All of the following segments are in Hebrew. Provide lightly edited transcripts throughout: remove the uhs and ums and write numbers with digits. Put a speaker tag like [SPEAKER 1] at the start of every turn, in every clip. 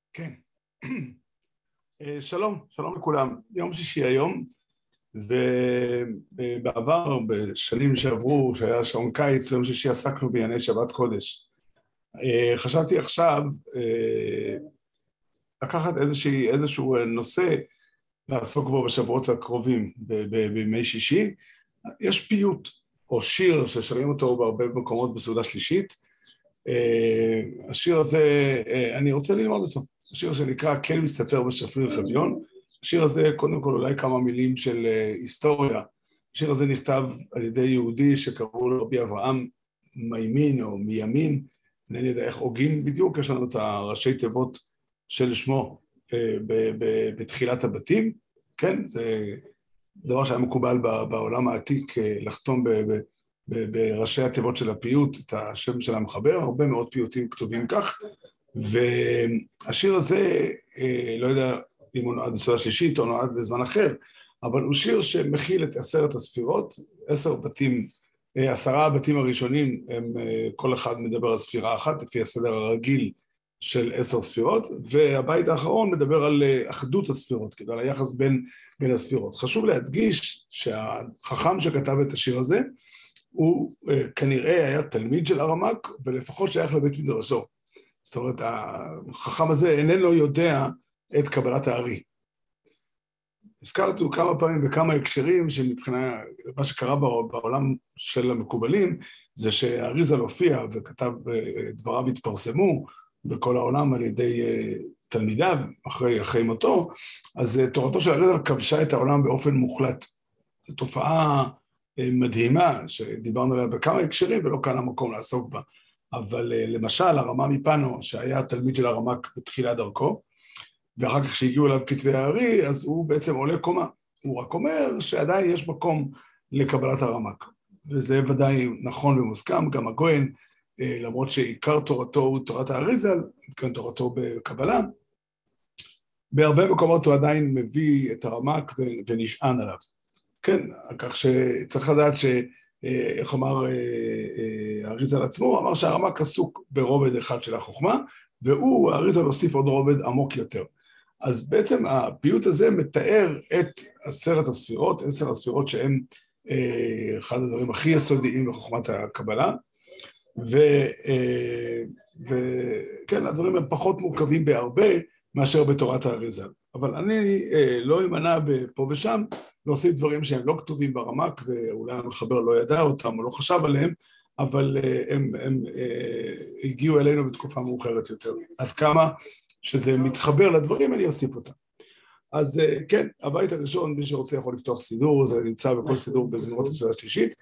[SPEAKER 1] כן. שלום, שלום לכולם. יום שישי היום, ובעבר, בשנים שעברו, שהיה שעון קיץ, ביום שישי עסקנו בענייני שבת קודש. חשבתי עכשיו לקחת איזשהו נושא לעסוק בו בשבועות הקרובים, בימי שישי. יש פיוט או שיר ששרים אותו בהרבה מקומות בסעודה שלישית. השיר הזה, אני רוצה ללמוד אותו. השיר שנקרא "כן מסתתר בשפריר חביון". השיר הזה, קודם כל, אולי כמה מילים של היסטוריה. השיר הזה נכתב על ידי יהודי שקראו לו רבי אברהם מימין או מימין, אני יודע איך הוגים בדיוק, יש לנו את הראשי תיבות של שמו בתחילת הבתים, כן? זה דבר שהיה מקובל בעולם העתיק לחתום בראשי התיבות של הפיוט את השם של המחבר, הרבה מאוד פיוטים כתובים כך, והשיר הזה, לא יודע אם הוא נועד בסעודה שלישית או נועד בזמן אחר, אבל הוא שיר שמכיל את 10 הספירות, 10 בתים, 10 הבתים הראשונים, הם כל אחד מדבר על ספירה אחת, לפי הסדר הרגיל של 10 ספירות, והבית האחרון מדבר על אחדות הספירות, כאילו על היחס בין הספירות. חשוב להדגיש שהחכם שכתב את השיר הזה, הוא כנראה היה תלמיד של הרמ"ק, ולפחות שייך לבית מדרשו. זאת אומרת, החכם הזה איננו יודע את קבלת הארי. הזכרתי כמה פעמים בכמה הקשרים שמבחינה, מה שקרה בעולם של המקובלים, זה שהאריזל הופיע וכתב, דבריו התפרסמו בכל העולם על ידי תלמידיו, אחרי מותו, אז תורתו של האריזל כבשה את העולם באופן מוחלט. זו תופעה מדהימה שדיברנו עליה בכמה הקשרים ולא כאן המקום לעסוק בה. אבל למשל, הרמ"א מפאנו, שהיה תלמיד של הרמ"ק בתחילת דרכו, ואחר כך שהגיעו אליו כתבי הארי, אז הוא בעצם עולה קומה. הוא רק אומר שעדיין יש מקום לקבלת הרמ"ק. וזה ודאי נכון ומוסכם, גם הגויין, למרות שעיקר תורתו הוא תורת האריזל, כן, תורתו בקבלה, בהרבה מקומות הוא עדיין מביא את הרמ"ק ונשען עליו. כן, כך שצריך לדעת איך אמר האריזל עצמו, אמר שהרמ"ק עסוק ברובד אחד של החוכמה, והוא, האריזל הוסיף עוד רובד עמוק יותר. אז בעצם הפיוט הזה מתאר את 10 הספירות, 10 הספירות שהן אחד הדברים הכי יסודיים בחוכמת הקבלה, וכן, הדברים הם פחות מורכבים בהרבה מאשר בתורת האריזל. אבל אני לא אמנע פה ושם להוסיף דברים שהם לא כתובים ברמ"ק, ואולי המחבר לא ידע אותם או לא חשב עליהם, אבל הם הגיעו אלינו בתקופה מאוחרת יותר. עד כמה שזה מתחבר לדברים, אני אוסיף אותם. אז כן, הבית הראשון, מי שרוצה יכול לפתוח סידור, זה נמצא בכל סידור בזמירות הסעודה השלישית.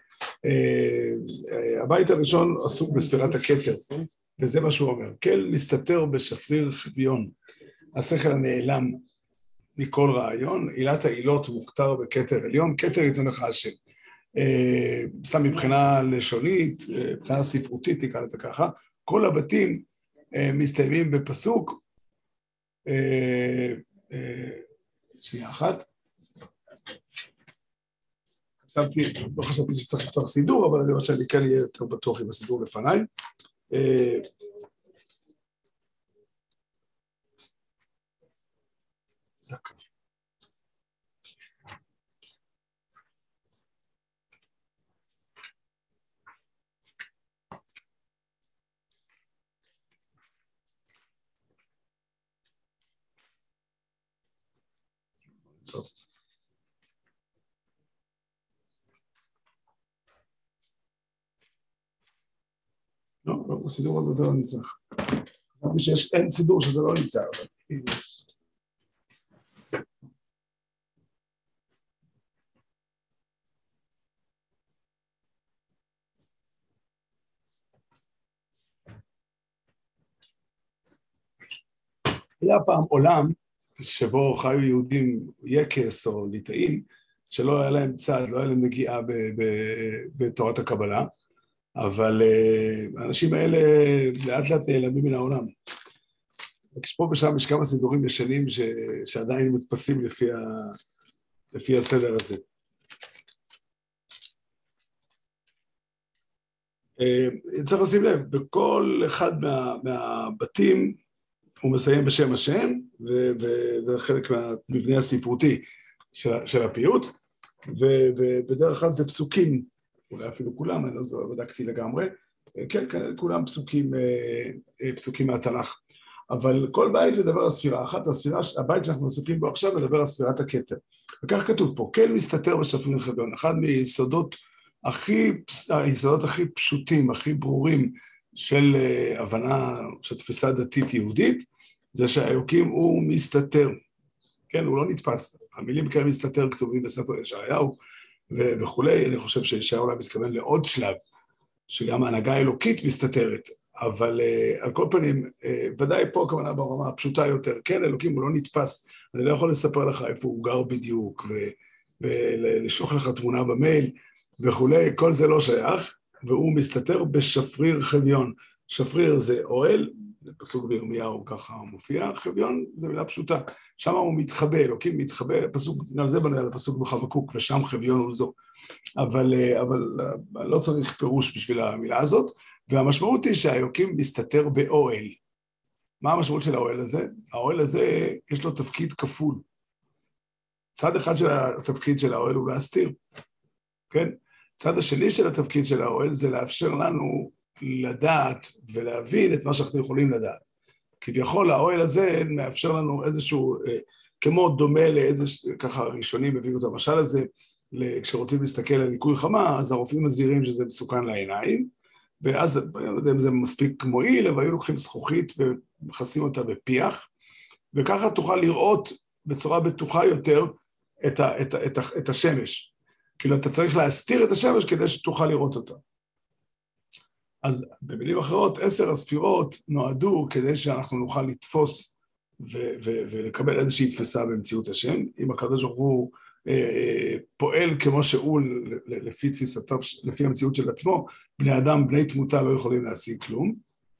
[SPEAKER 1] הבית הראשון עסוק בספירת הכתר, וזה מה שהוא אומר. כל מסתתר בשפריר חביון, השכל הנעלם מכל רעיון, עילת העילות מוכתר בכתר עליון, כתר ייתנו לך השם. סתם מבחינה לשונית, מבחינה ספרותית נקרא לזה ככה, כל הבתים מסתיימים בפסוק, שנייה אחת, לא חשבתי שצריך לפתוח סידור, אבל אני חושב שאני כן אהיה יותר בטוח עם הסידור לפניי. טוב. לא, בסידור הזה לא נמצא. חשבתי שאין סידור שזה לא נמצא, אבל אם יש. היה פעם עולם שבו חיו יהודים יקס או ליטאים, שלא היה להם צד, לא היה להם נגיעה בתורת הקבלה, אבל האנשים האלה לאט לאט נעלמים מן העולם. פה ושם יש כמה סידורים ישנים שעדיין מתפסים לפי הסדר הזה. צריך לשים לב, בכל אחד מהבתים, הוא מסיים בשם השם, וזה חלק מהמבנה הספרותי של הפיוט, ובדרך כלל זה פסוקים, אולי אפילו כולם, אני לא בדקתי לגמרי, כן, כולם פסוקים מהתנ"ך, אבל כל בית לדבר על ספירה אחת, הבית שאנחנו מספרים בו עכשיו מדבר על ספירת הכתר, וכך כתוב פה, כן מסתתר בשפרין חביון, אחד מיסודות הכי פשוטים, הכי ברורים של הבנה, של תפיסה דתית יהודית, זה שהאלוקים הוא מסתתר, כן, הוא לא נתפס, המילים כאלה מסתתר כתובים בספר ישעיהו וכולי, אני חושב שישעיהו אולי מתכוון לעוד שלב, שגם ההנהגה האלוקית מסתתרת, אבל על כל פנים, ודאי פה הכוונה ברמה הפשוטה יותר, כן, אלוקים הוא לא נתפס, אני לא יכול לספר לך איפה הוא גר בדיוק, ולשלוח לך תמונה במייל וכולי, כל זה לא שייך, והוא מסתתר בשפריר חביון, שפריר זה אוהל, פסוק בירמיהו ככה מופיע, חביון זה מילה פשוטה, שם הוא מתחבא, אלוקים מתחבא, פסוק, גם זה בניה לפסוק בחבקוק, ושם חביון הוא זו, אבל לא צריך פירוש בשביל המילה הזאת, והמשמעות היא שהאלוקים מסתתר באוהל. מה המשמעות של האוהל הזה? האוהל הזה יש לו תפקיד כפול. צד אחד של התפקיד של האוהל הוא להסתיר, כן? צד השני של התפקיד של האוהל זה לאפשר לנו לדעת ולהבין את מה שאנחנו יכולים לדעת. כביכול האוהל הזה מאפשר לנו איזשהו, כמו דומה ככה הראשונים הביאו את המשל הזה, כשרוצים להסתכל על ניקוי חמה, אז הרופאים מזהירים שזה מסוכן לעיניים, ואז, אני לא יודע אם זה מספיק מועיל, אבל היו לוקחים זכוכית ומכסים אותה בפיח, וככה תוכל לראות בצורה בטוחה יותר את השמש. כאילו אתה צריך להסתיר את השמש כדי שתוכל לראות אותה. אז במילים אחרות, 10 הספירות נועדו כדי שאנחנו נוכל לתפוס ולקבל איזושהי תפיסה במציאות השם, אם הקדוש ברוך הוא פועל כמו שהוא לפי תפיסתו, לפי המציאות של עצמו, בני אדם, בני תמותה לא יכולים להשיג כלום.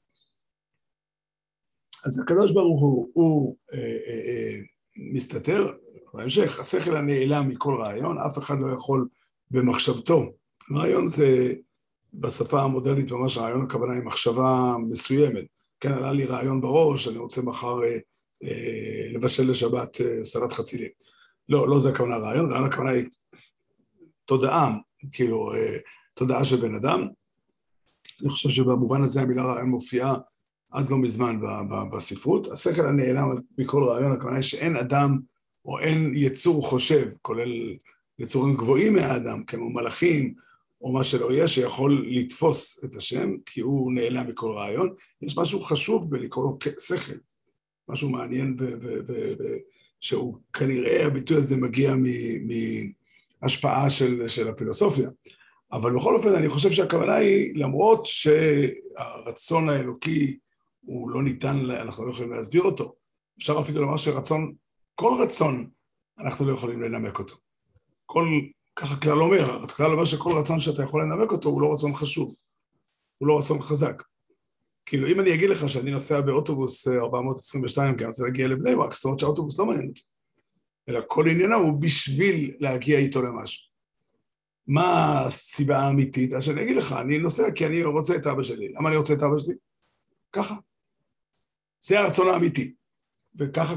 [SPEAKER 1] אז הקדוש ברוך הוא מסתתר, בהמשך, השכל הנעלם מכל רעיון, אף אחד לא יכול במחשבתו. רעיון זה בשפה המודרנית ממש רעיון, הכוונה היא מחשבה מסוימת. כן, עלה לי רעיון בראש, אני רוצה מחר לבשל לשבת סלט חצילים. לא זה הכוונה רעיון, רעיון הכוונה היא תודעה, כאילו תודעה של בן אדם. אני חושב שבמובן הזה המילה רעיון מופיעה עד לא מזמן בספרות. השכל הנעלם מכל רעיון, הכוונה היא שאין אדם או אין יצור חושב, כולל יצורים גבוהים מהאדם, כמו מלאכים או מה שלא יהיה, שיכול לתפוס את השם, כי הוא נעלם מכל רעיון. יש משהו חשוב בלקרוא לו שכל, משהו מעניין שהוא כנראה הביטוי הזה מגיע מהשפעה של הפילוסופיה. אבל בכל אופן אני חושב שהכוונה היא, למרות שהרצון האלוקי הוא לא ניתן, אנחנו לא יכולים להסביר אותו, אפשר אפילו לומר שרצון, כל רצון אנחנו לא יכולים לנמק אותו. ככה כלל אומר, הכלל אומר שכל רצון שאתה יכול לנמק אותו הוא לא רצון חשוב, הוא לא רצון חזק. כאילו אם אני אגיד לך שאני נוסע באוטובוס 422, כי אני רוצה להגיע לבני ברק, זאת אומרת שהאוטובוס לא מעניין אותי, אלא כל עניינה הוא בשביל להגיע איתו למשהו. מה הסיבה האמיתית? אז שאני אגיד לך, אני נוסע כי אני רוצה את אבא שלי. למה אני רוצה את אבא שלי? ככה. זה הרצון האמיתי. וככה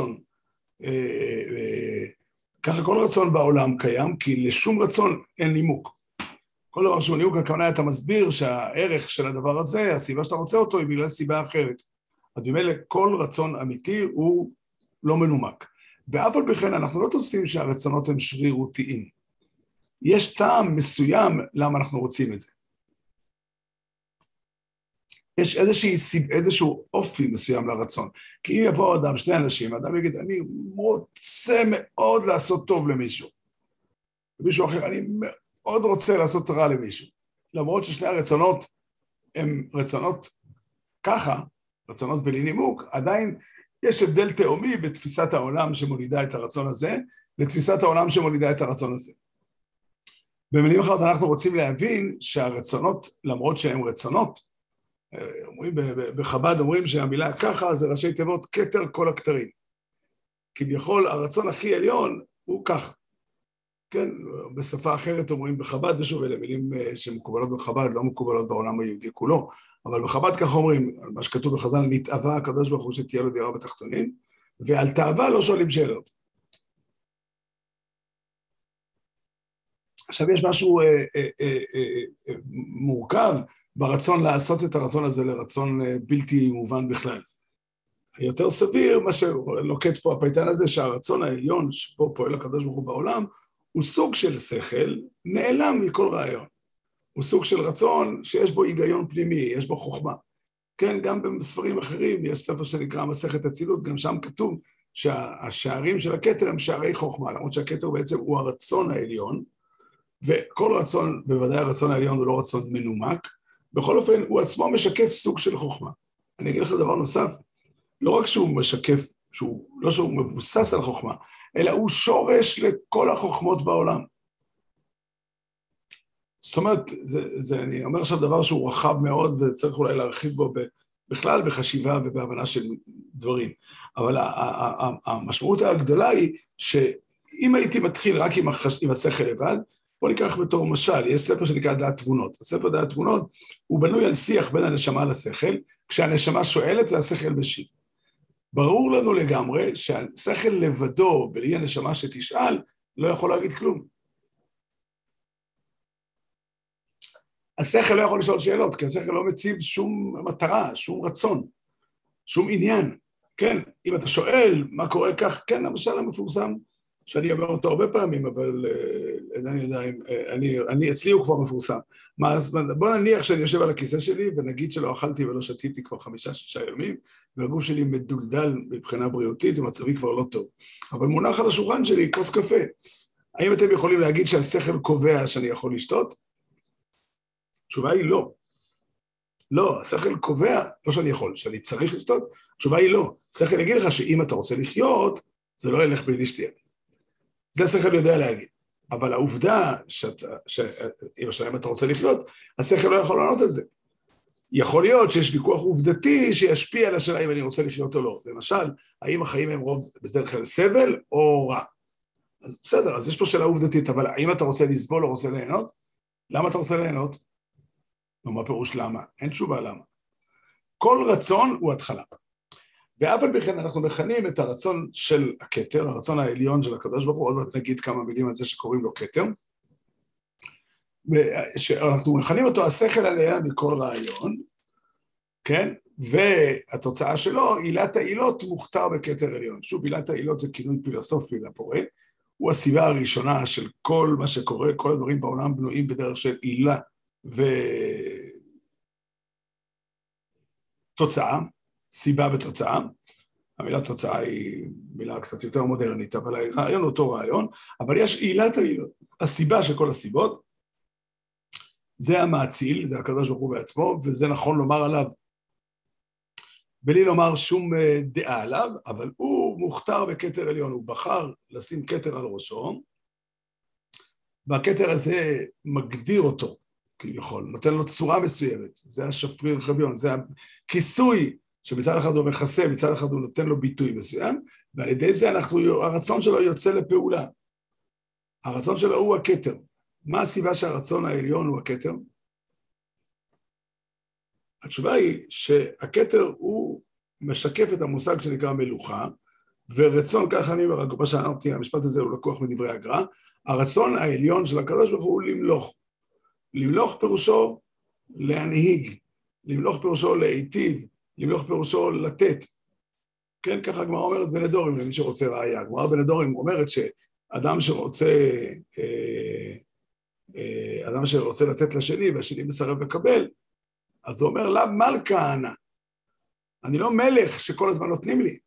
[SPEAKER 1] כל רצון בעולם קיים, כי לשום רצון אין נימוק. כל דבר שהוא נימוק, הכוונה אתה מסביר שהערך של הדבר הזה, הסיבה שאתה רוצה אותו היא בגלל סיבה אחרת. אז במילא כל רצון אמיתי הוא לא מנומק. ואף על בכן אנחנו לא תופסים שהרצונות הם שרירותיים. יש טעם מסוים למה אנחנו רוצים את זה. יש איזשהו אופי מסוים לרצון. כי אם יבוא אדם, שני אנשים, אדם יגיד, אני רוצה מאוד לעשות טוב למישהו. ומישהו אחר, אני מאוד רוצה לעשות רע למישהו. למרות ששני הרצונות הם רצונות ככה, רצונות בלי נימוק, עדיין יש הבדל תאומי בתפיסת העולם שמולידה את הרצון הזה, לתפיסת העולם שמולידה את הרצון הזה. במילים אחרות אנחנו רוצים להבין שהרצונות, למרות שהם רצונות, אומרים, בחב"ד אומרים שהמילה ככה זה ראשי תיבות כתר כל הכתרים. כביכול הרצון הכי עליון הוא ככה. כן, בשפה אחרת אומרים בחב"ד, ושוב אלה מילים שמקובלות בחב"ד, לא מקובלות בעולם היהודי כולו, אבל בחב"ד כך אומרים, מה שכתוב בחז"ל, נתאווה הקדוש ברוך הוא שתהיה לו דירה בתחתונים, ועל תאווה לא שואלים שאלות. עכשיו יש משהו מורכב ברצון לעשות את הרצון הזה לרצון בלתי מובן בכלל. יותר סביר, מה שלוקט פה הפייטן הזה, שהרצון העליון שבו פועל הקדוש ברוך הוא בעולם, הוא סוג של שכל נעלם מכל רעיון. הוא סוג של רצון שיש בו היגיון פנימי, יש בו חוכמה. כן, גם בספרים אחרים, יש ספר שנקרא מסכת אצילות, גם שם כתוב שהשערים של הכתר הם שערי חוכמה, למרות שהכתר בעצם הוא הרצון העליון, וכל רצון, בוודאי הרצון העליון הוא לא רצון מנומק, בכל אופן הוא עצמו משקף סוג של חוכמה. אני אגיד לך דבר נוסף, לא רק שהוא משקף, לא שהוא מבוסס על חוכמה, אלא הוא שורש לכל החוכמות בעולם. זאת אומרת, אני אומר עכשיו דבר שהוא רחב מאוד, וצריך אולי להרחיב בו בכלל בחשיבה ובהבנה של דברים. אבל המשמעות הגדולה היא, שאם הייתי מתחיל רק עם השכל לבד, בוא ניקח בתור משל, יש ספר שנקרא דעת תבונות. הספר דעת תבונות הוא בנוי על שיח בין הנשמה לשכל, כשהנשמה שואלת והשכל משיב. ברור לנו לגמרי שהשכל לבדו, בלי הנשמה שתשאל, לא יכול להגיד כלום. השכל לא יכול לשאול שאלות, כי השכל לא מציב שום מטרה, שום רצון, שום עניין. כן, אם אתה שואל מה קורה כך, כן, למשל המפורסם, שאני אומר אותו הרבה פעמים, אבל אני יודע, אצלי הוא כבר מפורסם. בוא נניח שאני יושב על הכיסא שלי, ונגיד שלא אכלתי ולא שתיתי כבר 5-6 ימים, והגוף שלי מדולדל מבחינה בריאותית, ומצבי כבר לא טוב. אבל מונח על השולחן שלי כוס קפה. האם אתם יכולים להגיד שהשכל קובע שאני יכול לשתות? התשובה היא לא. לא, השכל קובע, לא שאני יכול, שאני צריך לשתות, התשובה היא לא. השכל יגיד לך שאם אתה רוצה לחיות, זה לא ילך בלי לשתייה. זה השכל יודע להגיד. אבל העובדה אם אתה רוצה לחיות, השכל לא יכול לענות על זה. יכול להיות שיש ויכוח עובדתי שישפיע על השאלה אם אני רוצה לחיות או לא. למשל, האם החיים הם רוב בדרך כלל סבל או רע? אז בסדר, אז יש פה שאלה עובדתית, אבל האם אתה רוצה לסבול או רוצה ליהנות? למה אתה רוצה ליהנות? מה פירוש למה? אין תשובה למה. כל רצון הוא התחלה. ואף על פי כן אנחנו מכנים את הרצון של הכתר, הרצון העליון של הקדוש ברוך הוא, עוד מעט נגיד כמה מילים על זה שקוראים לו כתר, שאנחנו מכנים אותו השכל עליה מכל רעיון, כן? והתוצאה שלו, עילת העילות מוכתר בכתר עליון. שוב, עילת העילות זה כינוי פילוסופי לפורה, הוא הסיבה הראשונה של כל מה שקורה, כל הדברים בעולם בנויים בדרך של עילה ותוצאה, סיבה ותוצאה. המילה תוצאה היא מילה קצת יותר מודרנית, אבל הרעיון הוא אותו רעיון, אבל יש עילת העילות. הסיבה של כל הסיבות, זה המאציל, זה הקדוש ברוך הוא בעצמו, וזה נכון לומר עליו, בלי לומר שום דעה עליו, אבל הוא מוכתר בכתר עליון, הוא בחר לשים כתר על ראשו, והכתר הזה מגדיר אותו, כביכול, נותן לו צורה מסוימת, זה השפריר חביון, זה הכיסוי שמצד אחד הוא מכסה, מצד אחד הוא נותן לו ביטוי מסוים, ועל ידי זה הרצון שלו יוצא לפעולה. הרצון שלו הוא הכתר. מה הסיבה שהרצון העליון הוא הכתר? התשובה היא שהכתר הוא משקף את המושג שנקרא מלוכה, ורצון, ככה אני אומר, מה שאמרתי, המשפט הזה הוא לקוח מדברי הגר"א, הרצון העליון של הקדוש ברוך הוא למלוך. למלוך פירושו להנהיג, למלוך פירושו להיטיב, למלוך פירושו לתת. כן, ככה הגמרא אומרת בנדורים, למי שרוצה ראיה. הגמרא בנדורים אומרת שאדם שרוצה לתת לשני, והשני מסרב לקבל, אז הוא אומר, לאו מלכה אנא. אני לא מלך שכל הזמן נותנים לי.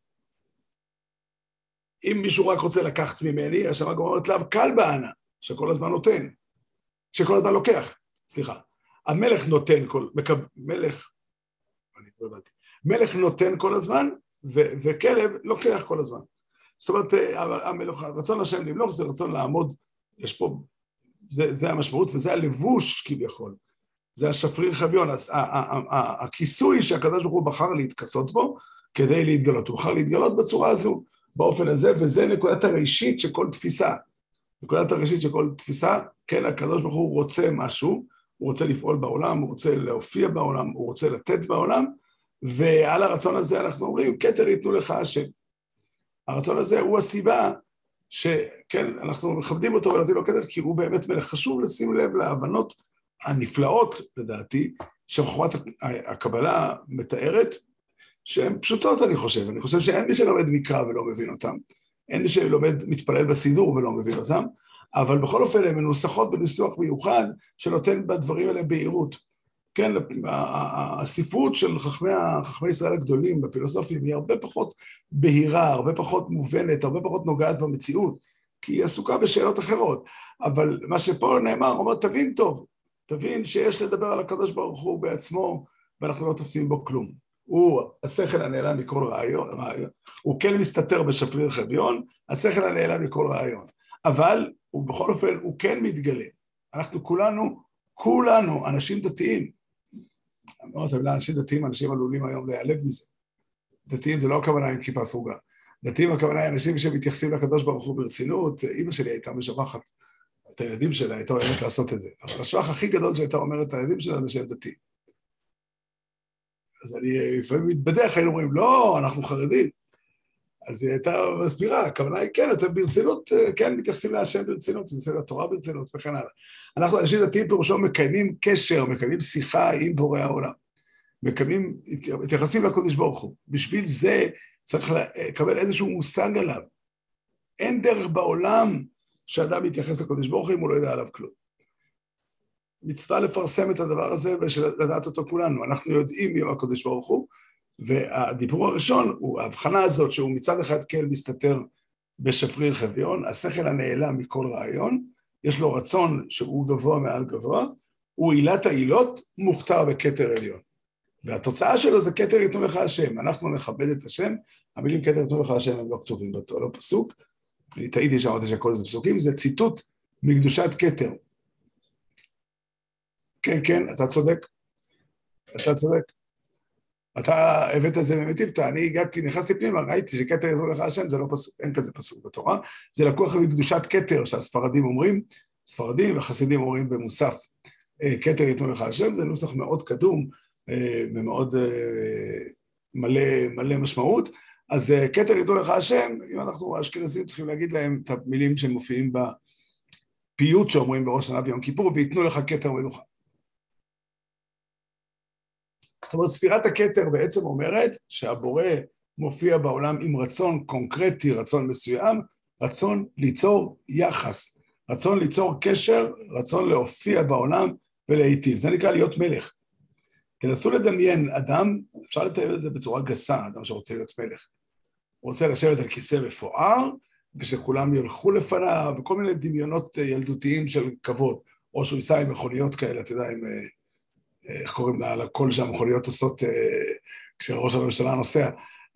[SPEAKER 1] אם מישהו רק רוצה לקחת ממני, אז הגמרא אומרת, לאו כלבא אנא, שכל הזמן נותן. שכל הזמן לוקח, סליחה. המלך נותן מלך נותן כל הזמן, וכלב לוקח כל הזמן. זאת אומרת, רצון השם למלוך זה רצון לעמוד, יש פה, זה המשמעות, וזה הלבוש כביכול. זה השפריר חביון, הכיסוי שהקדוש ברוך הוא בחר להתכסות בו, כדי להתגלות. הוא בחר להתגלות בצורה הזו, באופן הזה, וזה נקודת הראשית של כל תפיסה. נקודת הראשית של כל תפיסה, כן, הקדוש ברוך הוא רוצה משהו, הוא רוצה לפעול בעולם, הוא רוצה להופיע בעולם, הוא רוצה לתת בעולם, ועל הרצון הזה אנחנו אומרים, כתר ייתנו לך השם. הרצון הזה הוא הסיבה שכן, אנחנו מכבדים אותו ונותנים לו כתר, כי הוא באמת מלך. חשוב לשים לב להבנות הנפלאות, לדעתי, שחוכמת הקבלה מתארת, שהן פשוטות, אני חושב. אני חושב שאין מי שלומד מקרא ולא מבין אותם. אין מי שלומד מתפלל בסידור ולא מבין אותם, אבל בכל אופן הן מנוסחות בניסוח מיוחד שנותן בדברים האלה בהירות. כן, הספרות של חכמי ישראל הגדולים בפילוסופים היא הרבה פחות בהירה, הרבה פחות מובנת, הרבה פחות נוגעת במציאות, כי היא עסוקה בשאלות אחרות. אבל מה שפה נאמר, אומר, תבין טוב, תבין שיש לדבר על הקדוש ברוך הוא בעצמו, ואנחנו לא תופסים בו כלום. הוא השכל הנעלם מכל רעיון, הוא כן מסתתר בשפריר חביון, השכל הנעלם מכל רעיון. אבל הוא בכל אופן, הוא כן מתגלה. אנחנו כולנו אנשים דתיים. אני לא יודע, אנשים דתיים, אנשים עלולים היום להיעלב מזה. דתיים זה לא הכוונה עם כיפה סרוגה. דתיים הכוונה היא אנשים שמתייחסים לקדוש ברוך הוא ברצינות. אמא שלי הייתה משבחת את הילדים שלה, הייתה אוהבת לעשות את זה. אבל השבח הכי גדול שהייתה אומרת את הילדים שלה זה שהם דתיים. אז אני לפעמים מתבדח, היינו אומרים, לא, אנחנו חרדים. אז היא הייתה מסבירה, הכוונה היא כן, אתם ברצינות, כן, מתייחסים להשם ברצינות, מתייחסים לתורה ברצינות וכן הלאה. אנחנו אנשים דתיים פירושו מקיימים קשר, מקיימים שיחה עם בורא העולם. מתייחסים לקדוש ברוך הוא. בשביל זה צריך לקבל איזשהו מושג עליו. אין דרך בעולם שאדם יתייחס לקדוש ברוך הוא אם הוא לא יודע עליו כלום. מצווה לפרסם את הדבר הזה ולדעת אותו כולנו. אנחנו יודעים מי הוא הקדוש ברוך הוא, והדיבור הראשון הוא ההבחנה הזאת שהוא מצד אחד כן מסתתר בשפריר חביון, השכל הנעלם מכל רעיון, יש לו רצון שהוא גבוה מעל גבוה, הוא עילת העילות מוכתר בכתר עליון. והתוצאה שלו זה כתר ייתנו לך השם, אנחנו נכבד את השם, המילים כתר ייתנו לך השם הם לא כתובים בתורה, לא פסוק, אני טעיתי שאמרתי שכל זה פסוקים, זה ציטוט מקדושת כתר. כן, כן, אתה צודק, אתה צודק. אתה הבאת את זה ממטיבתא, אני הגעתי, נכנסתי פנימה, ראיתי שכתר ייתנו לך השם, זה לא פסוק, אין כזה פסוק בתורה, זה לקוח מקדושת כתר שהספרדים אומרים, ספרדים וחסידים אומרים במוסף, כתר ייתנו לך השם, זה נוסח מאוד קדום, ומאוד מלא משמעות, אז כתר ייתנו לך השם, אם אנחנו האשכנזים צריכים להגיד להם את המילים שמופיעים בפיוט שאומרים בראש השנה ויום כיפור, וייתנו לך כתר מלוכה. זאת אומרת, ספירת הכתר בעצם אומרת שהבורא מופיע בעולם עם רצון קונקרטי, רצון מסוים, רצון ליצור יחס, רצון ליצור קשר, רצון להופיע בעולם ולהיטיב. זה נקרא להיות מלך. תנסו לדמיין אדם, אפשר לתאר את זה בצורה גסה, אדם שרוצה להיות מלך. הוא רוצה לשבת על כיסא מפואר, ושכולם ילכו לפניו, וכל מיני דמיונות ילדותיים של כבוד, או שהוא ייסע עם מכוניות כאלה, אתה יודע, עם... איך קוראים לה, לכל שהמכוניות עושות כשראש הממשלה נוסע.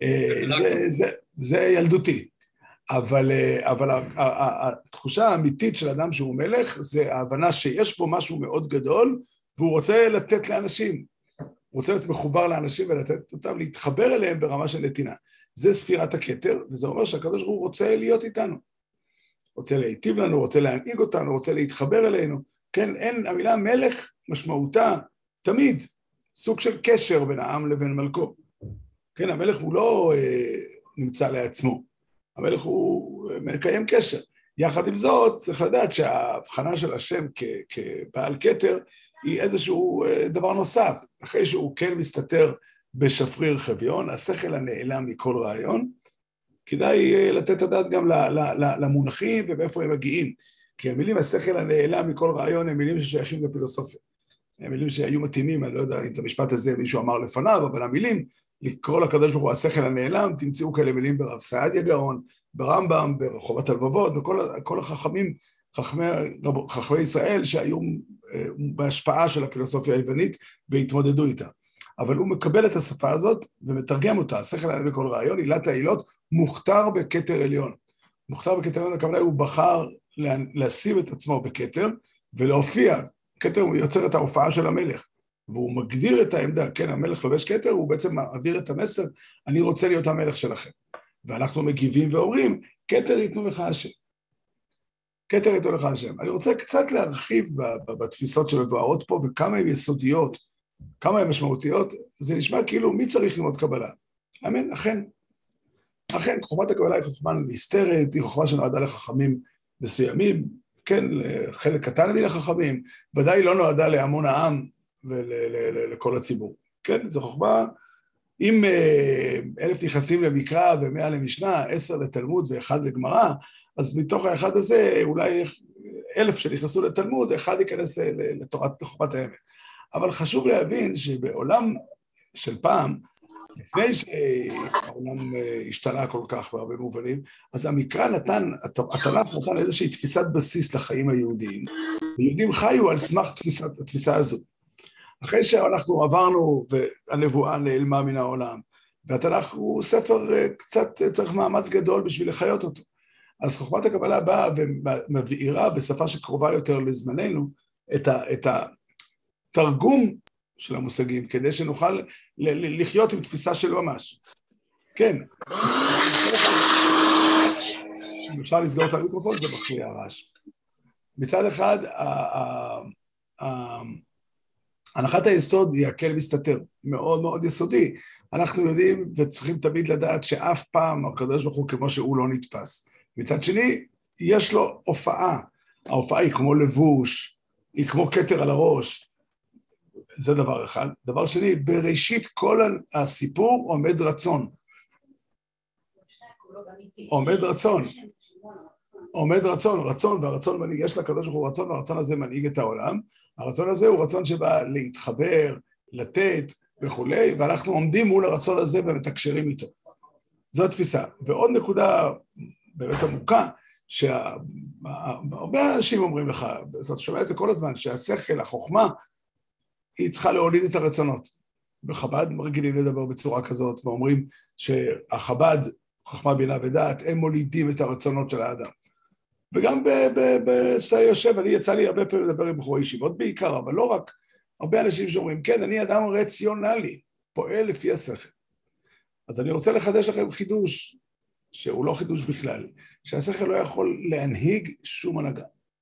[SPEAKER 1] זה ילדותי. אבל התחושה האמיתית של אדם שהוא מלך, זה ההבנה שיש פה משהו מאוד גדול, והוא רוצה לתת לאנשים. הוא רוצה להיות מחובר לאנשים ולתת אותם, להתחבר אליהם ברמה של נתינה. זה ספירת הכתר, וזה אומר שהקדוש ברוך הוא רוצה להיות איתנו. רוצה להיטיב לנו, רוצה להנהיג אותנו, רוצה להתחבר אלינו. כן, אין, המילה מלך משמעותה, תמיד סוג של קשר בין העם לבין מלכו. כן, המלך הוא לא נמצא לעצמו, המלך הוא מקיים קשר. יחד עם זאת, צריך לדעת שההבחנה של השם כבעל כתר היא איזשהו דבר נוסף. אחרי שהוא כן מסתתר בשפריר חביון, השכל הנעלם מכל רעיון, כדאי לתת הדעת גם למונחים ובאיפה הם מגיעים. כי המילים השכל הנעלם מכל רעיון הם מילים ששייכים לפילוסופיה. הם מילים שהיו מתאימים, אני לא יודע אם את המשפט הזה מישהו אמר לפניו, אבל המילים, לקרוא לקדוש ברוך הוא השכל הנעלם, תמצאו כאלה מילים ברב סעדיה גאון, ברמב"ם, ברחובות הלבבות, וכל החכמים, חכמי ישראל שהיו בהשפעה של הפילוסופיה היוונית והתמודדו איתה. אבל הוא מקבל את השפה הזאת ומתרגם אותה, השכל הנעלם בכל רעיון, עילת העילות, מוכתר בכתר עליון. מוכתר בכתר עליון, הכוונה הוא בחר לשים את עצמו בכתר ולהופיע. כתר הוא יוצר את ההופעה של המלך, והוא מגדיר את העמדה, כן, המלך לובש כתר, הוא בעצם מעביר את המסר, אני רוצה להיות המלך שלכם. ואנחנו מגיבים ואומרים, כתר ייתנו לך השם. כתר את הולך השם. אני רוצה קצת להרחיב בתפיסות שמבוארות פה, וכמה הן יסודיות, כמה הן משמעותיות. זה נשמע כאילו מי צריך ללמוד קבלה. אמן, אכן. אכן, חוכמת הקבלה היא חוכמה נסתרת, היא חוכמה שנועדה לחכמים מסוימים, כן, לחלק קטן מן החכמים, ודאי לא נועדה להמון העם ולכל הציבור. כן, זו חוכמה, אם 1,000 נכנסים למקרא ו100 למשנה, 10 לתלמוד ו1 לגמרא, אז מתוך האחד הזה אולי 1,000 שנכנסו לתלמוד, אחד ייכנס לתורת חוכמת האמת. אבל חשוב להבין שבעולם של פעם, לפני שהעולם השתנה כל כך בהרבה מובנים, אז המקרא נתן, התנ"ך נתן איזושהי תפיסת בסיס לחיים היהודיים, ויהודים חיו על סמך התפיסה הזו. אחרי שאנחנו עברנו והנבואה נעלמה מן העולם, והתנ"ך הוא ספר קצת צריך מאמץ גדול בשביל לחיות אותו. אז חוכמת הקבלה באה ומבאירה בשפה שקרובה יותר לזמננו את התרגום של המושגים, כדי שנוכל לחיות עם תפיסה של ממש. כן. אם אפשר לסגור את המיקרופון, זה מפריע הרעש. מצד אחד, הנחת היסוד היא הקל מסתתר, מאוד מאוד יסודי. אנחנו יודעים וצריכים תמיד לדעת שאף פעם הקדוש ברוך הוא כמו שהוא לא נתפס. מצד שני, יש לו הופעה. ההופעה היא כמו לבוש, היא כמו כתר על הראש. זה דבר אחד. דבר שני, בראשית כל הסיפור עומד רצון. עומד רצון. עומד רצון, רצון, והרצון מנהיג, יש לקדוש ברוך הוא רצון, והרצון הזה מנהיג את העולם. הרצון הזה הוא רצון שבא להתחבר, לתת וכולי, ואנחנו עומדים מול הרצון הזה ומתקשרים איתו. זו התפיסה. ועוד נקודה באמת עמוקה, שהרבה אנשים אומרים לך, אתה שומע את זה כל הזמן, שהשכל, החוכמה, היא צריכה להוליד את הרצונות. בחב"ד רגילים לדבר בצורה כזאת, ואומרים שהחב"ד, חוכמה בינה ודעת, הם מולידים את הרצונות של האדם. וגם ביושב, יצא לי הרבה פעמים לדבר עם בחורי ישיבות בעיקר, אבל לא רק, הרבה אנשים שאומרים, כן, אני אדם רציונלי, פועל לפי השכל. אז אני רוצה לחדש לכם חידוש, שהוא לא חידוש בכלל, שהשכל לא יכול להנהיג שום הנהגה.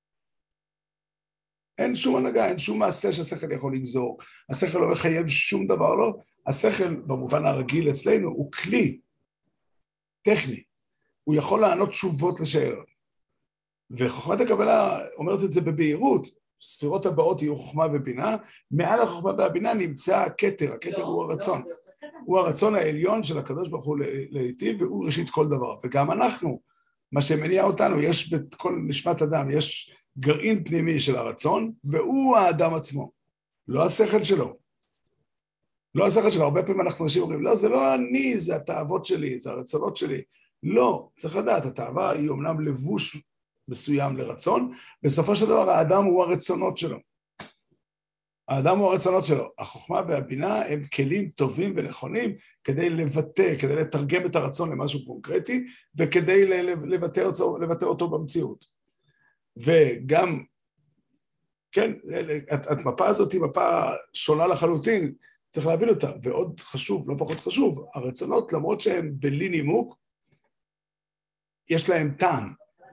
[SPEAKER 1] אין שום הנהגה, אין שום מעשה שהשכל יכול לגזור, השכל לא מחייב שום דבר, לא. השכל, במובן הרגיל אצלנו, הוא כלי טכני, הוא יכול לענות תשובות לשאלות. וחוכמת הקבלה אומרת את זה בבהירות, ספירות הבאות יהיו חוכמה ובינה, מעל החוכמה והבינה נמצא הכתר, הכתר הוא הרצון. הוא הרצון העליון של הקדוש ברוך הוא להיטיב, והוא ראשית כל דבר. וגם אנחנו, מה שמניע אותנו, יש בכל נשמת אדם, יש גרעין פנימי של הרצון, והוא האדם עצמו, לא השכל שלו. לא השכל שלו, הרבה פעמים אנחנו אנשים אומרים, לא, זה לא אני, זה התאוות שלי, זה הרצונות שלי. לא, צריך לדעת, התאווה היא אומנם לבוש מסוים לרצון, בסופו של דבר האדם הוא הרצונות שלו. האדם הוא הרצונות שלו. החוכמה והבינה הם כלים טובים ונכונים כדי לבטא, כדי לתרגם את הרצון למשהו קונקרטי, וכדי לבטא אותו במציאות. וגם, כן, המפה הזאת היא מפה שונה לחלוטין, צריך להבין אותה, ועוד חשוב, לא פחות חשוב, הרצונות, למרות שהם בלי נימוק, יש להם טעם.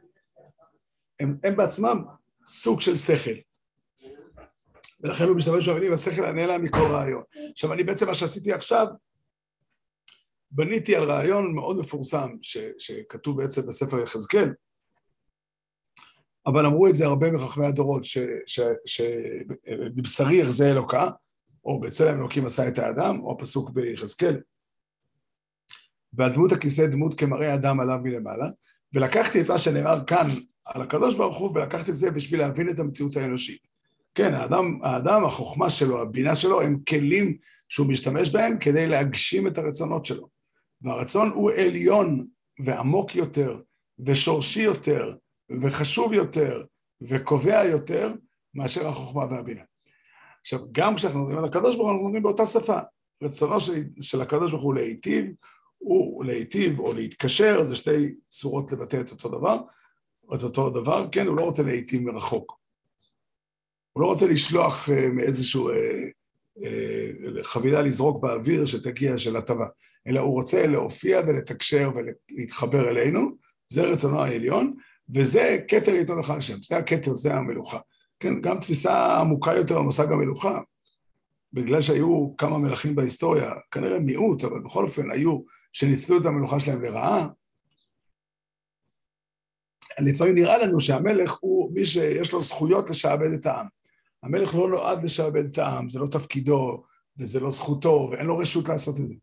[SPEAKER 1] הם בעצמם סוג של שכל. ולכן הוא משתמש במילים, השכל הנעלם מכל רעיון. עכשיו, אני בעצם מה שעשיתי עכשיו, בניתי על רעיון מאוד מפורסם, שכתוב בעצם בספר יחזקאל, אבל אמרו את זה הרבה מחכמי הדורות, שבבשרי יחזה אלוקה, או בצלם אלוקים עשה את האדם, או הפסוק ביחזקאל, והדמות הכיסא דמות כמראה אדם עליו מלמעלה, ולקחתי את מה שנאמר כאן על הקדוש ברוך הוא, ולקחתי את זה בשביל להבין את המציאות האנושית. כן, האדם, החוכמה שלו, הבינה שלו, הם כלים שהוא משתמש בהם כדי להגשים את הרצונות שלו. והרצון הוא עליון ועמוק יותר, ושורשי יותר, וחשוב יותר, וקובע יותר, מאשר החוכמה והבינה. עכשיו, גם כשאנחנו מדברים על הקדוש ברוך הוא, אנחנו מדברים באותה שפה. רצונו של הקדוש ברוך הוא להיטיב או להתקשר, זה שתי צורות לבטא את אותו דבר, כן, הוא לא רוצה להיטיב מרחוק. הוא לא רוצה לשלוח מאיזשהו חבילה לזרוק באוויר שתגיע של הטבה, אלא הוא רוצה להופיע ולתקשר ולהתחבר אלינו, זה רצונו העליון, וזה כתר ייתן לך השם, זה הכתר, זה המלוכה. כן, גם תפיסה עמוקה יותר על מושג המלוכה, בגלל שהיו כמה מלכים בהיסטוריה, כנראה מיעוט, אבל בכל אופן היו שניצלו את המלוכה שלהם לרעה, לפעמים נראה לנו שהמלך הוא מי שיש לו זכויות לשעבד את העם. המלך לא נועד לשעבד את העם, זה לא תפקידו, וזה לא זכותו, ואין לו רשות לעשות את זה.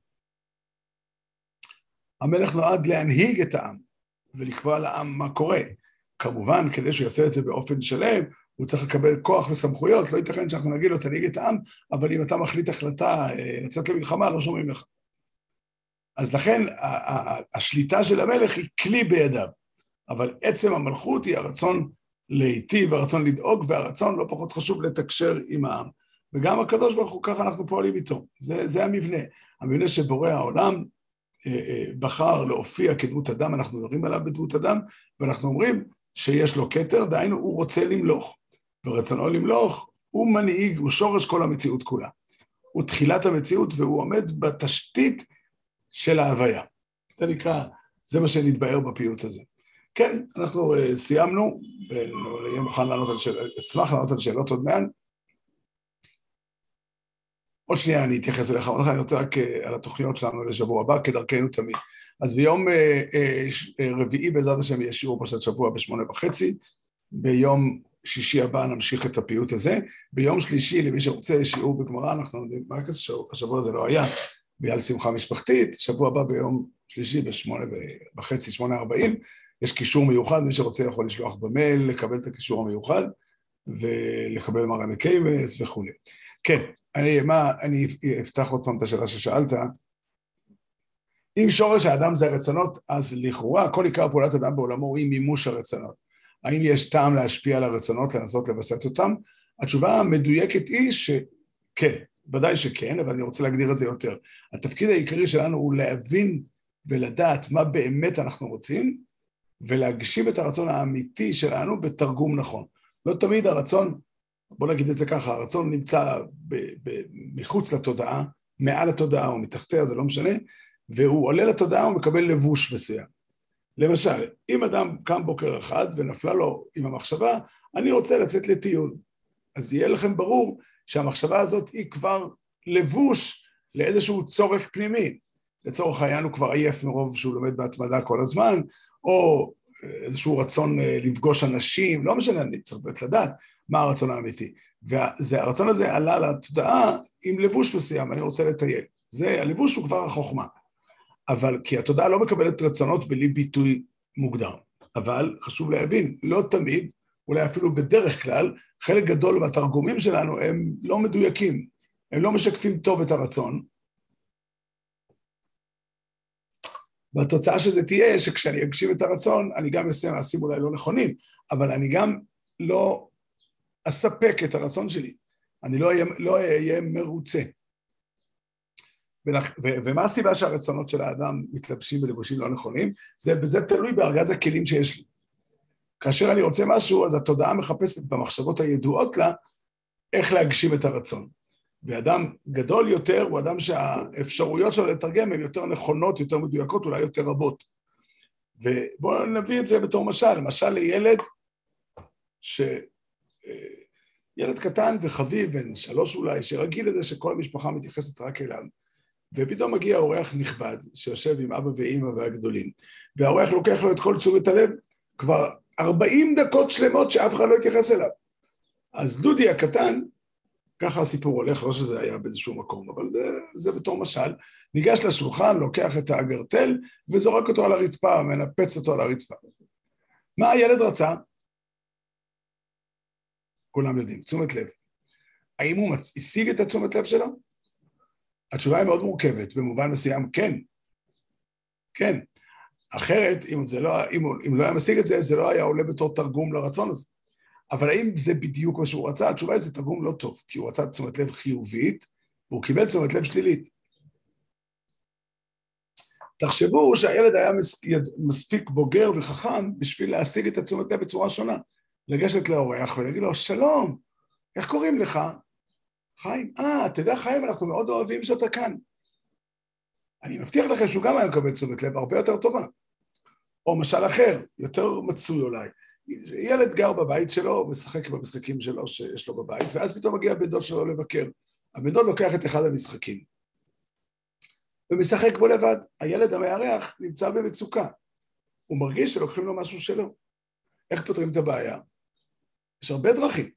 [SPEAKER 1] המלך נועד להנהיג את העם, ולקבוע לעם מה קורה. כמובן, כדי שהוא יעשה את זה באופן שלם, הוא צריך לקבל כוח וסמכויות, לא ייתכן שאנחנו נגיד לו, תנהיג את העם, אבל אם אתה מחליט החלטה לצאת למלחמה, לא שומעים לך. אז לכן, השליטה של המלך היא כלי בידיו, אבל עצם המלכות היא הרצון להיטיב, הרצון לדאוג, והרצון לא פחות חשוב לתקשר עם העם. וגם הקדוש ברוך הוא, ככה אנחנו פועלים איתו. זה המבנה. המבנה שבורא העולם בחר להופיע כדמות אדם, אנחנו מדברים עליו בדמות אדם, ואנחנו אומרים שיש לו כתר, דהיינו הוא רוצה למלוך. ורצונו למלוך הוא מנהיג, הוא שורש כל המציאות כולה. הוא תחילת המציאות, והוא עומד בתשתית של ההוויה. זה נקרא, זה מה שנתבאר בפיוט הזה. כן, אנחנו סיימנו, ואהיה מוכן לענות על שאלות, אשמח לענות על שאלות עוד מעט. עוד שנייה אני אתייחס אליך, אני רוצה רק על התוכניות שלנו לשבוע הבא, כדרכנו תמיד. אז ביום רביעי בעזרת השם יהיה שיעור פרשת שבוע ב8:30, ביום שישי הבא נמשיך את הפיוט הזה, ביום שלישי למי שרוצה שיעור בגמרא, אנחנו יודעים, מה כזה השבוע הזה לא היה, בגלל שמחה משפחתית, שבוע הבא ביום שלישי ב8:30, 8:40, יש קישור מיוחד, מי שרוצה יכול לשלוח במייל, לקבל את הקישור המיוחד, ולקבל מראה קיימס וכו'. כן, אני אפתח עוד פעם את השאלה ששאלת. אם שורש האדם זה הרצונות, אז לכאורה כל עיקר פעולת אדם בעולמו הוא מימוש הרצונות. האם יש טעם להשפיע על הרצונות, לנסות לבסט אותם? התשובה המדויקת היא שכן, ודאי שכן, אבל אני רוצה להגדיר את זה יותר. התפקיד העיקרי שלנו הוא להבין ולדעת מה באמת אנחנו רוצים, ולהגשים את הרצון האמיתי שלנו בתרגום נכון. לא תמיד הרצון, בוא נגיד את זה ככה, הרצון נמצא מחוץ לתודעה, מעל התודעה או מתחתיה, זה לא משנה, והוא עולה לתודעה ומקבל לבוש מסוים. למשל, אם אדם קם בוקר אחד ונפלה לו עם המחשבה, אני רוצה לצאת לטיול, אז יהיה לכם ברור שהמחשבה הזאת היא כבר לבוש לאיזשהו צורך פנימי. לצורך העניין הוא כבר עייף מרוב שהוא לומד בהתמדה כל הזמן, או איזשהו רצון לפגוש אנשים, לא משנה, אני צריך באמת לדעת מה הרצון האמיתי. והרצון הזה עלה לתודעה עם לבוש מסוים, אני רוצה לטייל. הלבוש הוא כבר החוכמה. אבל כי התודעה לא מקבלת רצונות בלי ביטוי מוגדר. אבל חשוב להבין, לא תמיד, אולי אפילו בדרך כלל, חלק גדול מהתרגומים שלנו הם לא מדויקים, הם לא משקפים טוב את הרצון. והתוצאה שזה תהיה שכשאני אגשים את הרצון, אני גם אעשה מעשים אולי לא נכונים, אבל אני גם לא אספק את הרצון שלי. אני לא אהיה מרוצה. ומה הסיבה שהרצונות של האדם מתלבשים בלבושים לא נכונים? בזה תלוי בארגז הכלים שיש לי. כאשר אני רוצה משהו, אז התודעה מחפשת במחשבות הידועות לה, איך להגשים את הרצון. ואדם גדול יותר, הוא אדם שהאפשרויות שלו לתרגם הן יותר נכונות, יותר מדויקות, אולי יותר רבות. ובואו נביא את זה בתור משל. משל לילד, ילד קטן וחביב, בן 3 אולי, שרגיל לזה שכל המשפחה מתייחסת רק אליו. ופתאום מגיע אורח נכבד, שיושב עם אבא ואמא והגדולים, והאורח לוקח לו את כל תשומת הלב, כבר 40 דקות שלמות שאף אחד לא יתייחס אליו. אז דודי הקטן, ככה הסיפור הולך, לא שזה היה באיזשהו מקום, אבל זה בתור משל, ניגש לשולחן, לוקח את האגרטל, וזורק אותו על הרצפה, מנפץ אותו על הרצפה. מה הילד רצה? כולם יודעים, תשומת לב. האם הוא השיג את התשומת לב שלו? התשובה היא מאוד מורכבת, במובן מסוים כן. כן. אחרת, אם לא היה משיג את זה, זה לא היה עולה בתור תרגום לרצון הזה. אבל האם זה בדיוק מה שהוא רצה? התשובה היא זה תרגום לא טוב, כי הוא רצה תשומת לב חיובית, והוא קיבל תשומת לב שלילית. תחשבו שהילד היה מספיק בוגר וחכם בשביל להשיג את התשומת לב בצורה שונה. לגשת לאורח ולהגיד לו, שלום, איך קוראים לך? חיים, אתה יודע חיים, אנחנו מאוד אוהבים שאתה כאן. אני מבטיח לכם שהוא גם היה מקבל תשומת לב הרבה יותר טובה. או משל אחר, יותר מצוי אולי. ילד גר בבית שלו, משחק במשחקים שלו שיש לו בבית, ואז פתאום מגיע בן דוד שלו לבקר. הבן דוד לוקח את אחד המשחקים, ומשחק בו לבד. הילד המארח נמצא במצוקה. הוא מרגיש שלוקחים לו משהו שלו. איך פותרים את הבעיה? יש הרבה דרכים.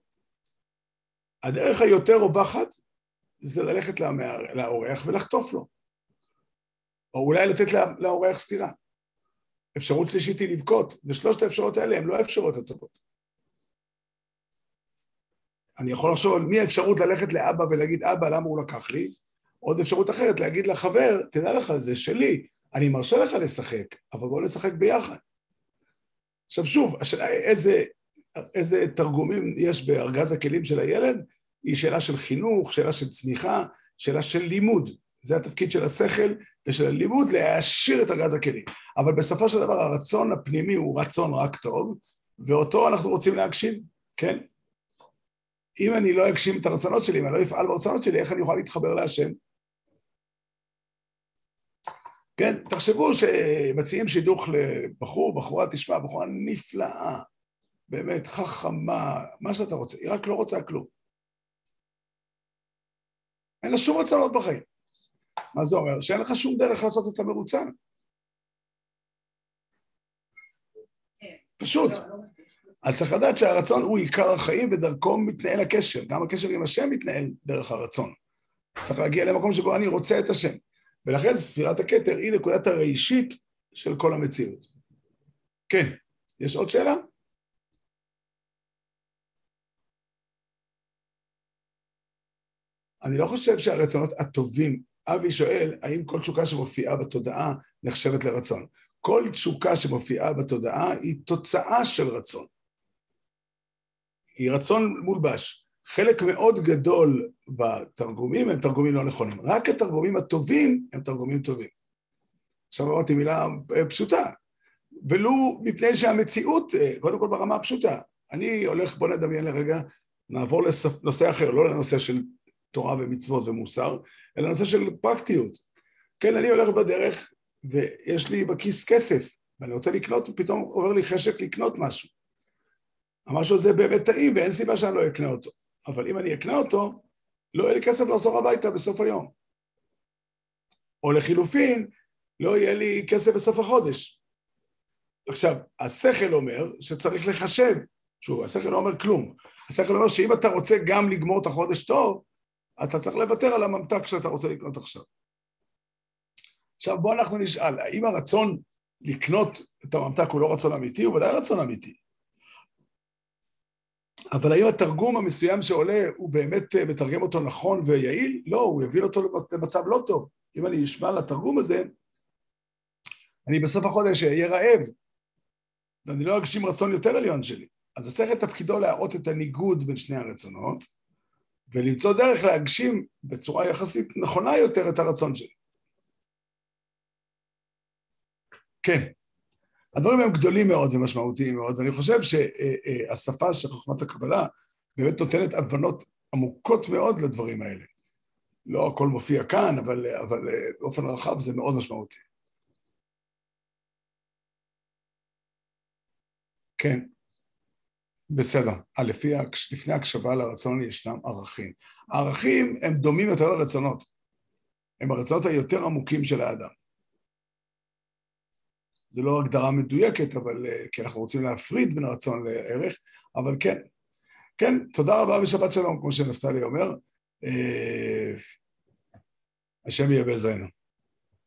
[SPEAKER 1] הדרך היותר רווחת זה ללכת לאורח ולחטוף לו. או אולי לתת לאורח סתירה. אפשרות שלישית היא לבכות, ושלושת האפשרות האלה הן לא האפשרות הטובות. אני יכול לחשוב על מי האפשרות ללכת לאבא ולהגיד, אבא, למה הוא לקח לי? עוד אפשרות אחרת, להגיד לחבר, תדע לך, זה שלי, אני מרשה לך לשחק, אבל בואו נשחק ביחד. עכשיו שוב, השאלה איזה תרגומים יש בארגז הכלים של הילד, היא שאלה של חינוך, שאלה של צמיחה, שאלה של לימוד. זה התפקיד של השכל ושל הלימוד להעשיר את ארגז הכלים. אבל בסופו של דבר הרצון הפנימי הוא רצון רק טוב, ואותו אנחנו רוצים להגשים, כן? אם אני לא אגשים את הרצונות שלי, אם אני לא אפעל ברצונות שלי, איך אני אוכל להתחבר להשם? כן, תחשבו שמציעים שידוך לבחור, בחורה תשמע, בחורה נפלאה, באמת חכמה, מה שאתה רוצה, היא רק לא רוצה כלום. אין לה שום רצונות בחיים. מה זה אומר? שאין לך שום דרך לעשות את המרוצה. פשוט. אז צריך לדעת שהרצון הוא עיקר החיים ודרכו מתנהל הקשר. גם הקשר עם השם מתנהל דרך הרצון. צריך להגיע למקום שבו אני רוצה את השם. ולכן ספירת הכתר היא נקודת הראשית של כל המציאות. כן, יש עוד שאלה? אני לא חושב שהרצונות הטובים, אבי שואל, האם כל תשוקה שמופיעה בתודעה נחשבת לרצון? כל תשוקה שמופיעה בתודעה היא תוצאה של רצון. היא רצון מולבש. חלק מאוד גדול בתרגומים הם תרגומים לא נכונים. רק התרגומים הטובים הם תרגומים טובים. עכשיו אמרתי מילה פשוטה. ולו מפני שהמציאות, קודם כל ברמה הפשוטה, אני הולך, בוא נדמיין לרגע, נעבור לנושא אחר, לא לנושא של תורה ומצוות ומוסר, אלא לנושא של פרקטיות. כן, אני הולך בדרך, ויש לי בכיס כסף, ואני רוצה לקנות, פתאום עובר לי חשק לקנות משהו. המשהו הזה באמת טעים, ואין סיבה שאני לא אקנה אותו. אבל אם אני אקנה אותו, לא יהיה לי כסף לחזור הביתה בסוף היום. או לחילופין, לא יהיה לי כסף בסוף החודש. עכשיו, השכל אומר שצריך לחשב, שוב, השכל לא אומר כלום. השכל אומר שאם אתה רוצה גם לגמור את החודש טוב, אתה צריך לוותר על הממתק שאתה רוצה לקנות עכשיו. עכשיו בוא אנחנו נשאל, האם הרצון לקנות את הממתק הוא לא רצון אמיתי? הוא ודאי רצון אמיתי. אבל האם התרגום המסוים שעולה הוא באמת מתרגם אותו נכון ויעיל? לא, הוא יביא אותו למצב לא טוב. אם אני אשמע לתרגום הזה, אני בסוף החודש אהיה רעב, ואני לא אגשים רצון יותר עליון שלי. אז השכל תפקידו להראות את הניגוד בין שני הרצונות, ולמצוא דרך להגשים בצורה יחסית נכונה יותר את הרצון שלי. כן, הדברים הם גדולים מאוד ומשמעותיים מאוד, ואני חושב שהשפה של חוכמת הקבלה באמת נותנת הבנות עמוקות מאוד לדברים האלה. לא הכל מופיע כאן, אבל באופן רחב זה מאוד משמעותי. כן. בסדר, לפני הקשבה לרצון ישנם ערכים. הערכים הם דומים יותר לרצונות. הם הרצונות היותר עמוקים של האדם. זה לא הגדרה מדויקת, כי אנחנו רוצים להפריד בין הרצון לערך, אבל כן. כן, תודה רבה ושבת שלום, כמו שנפתלי אומר. השם יהיה בעזרנו.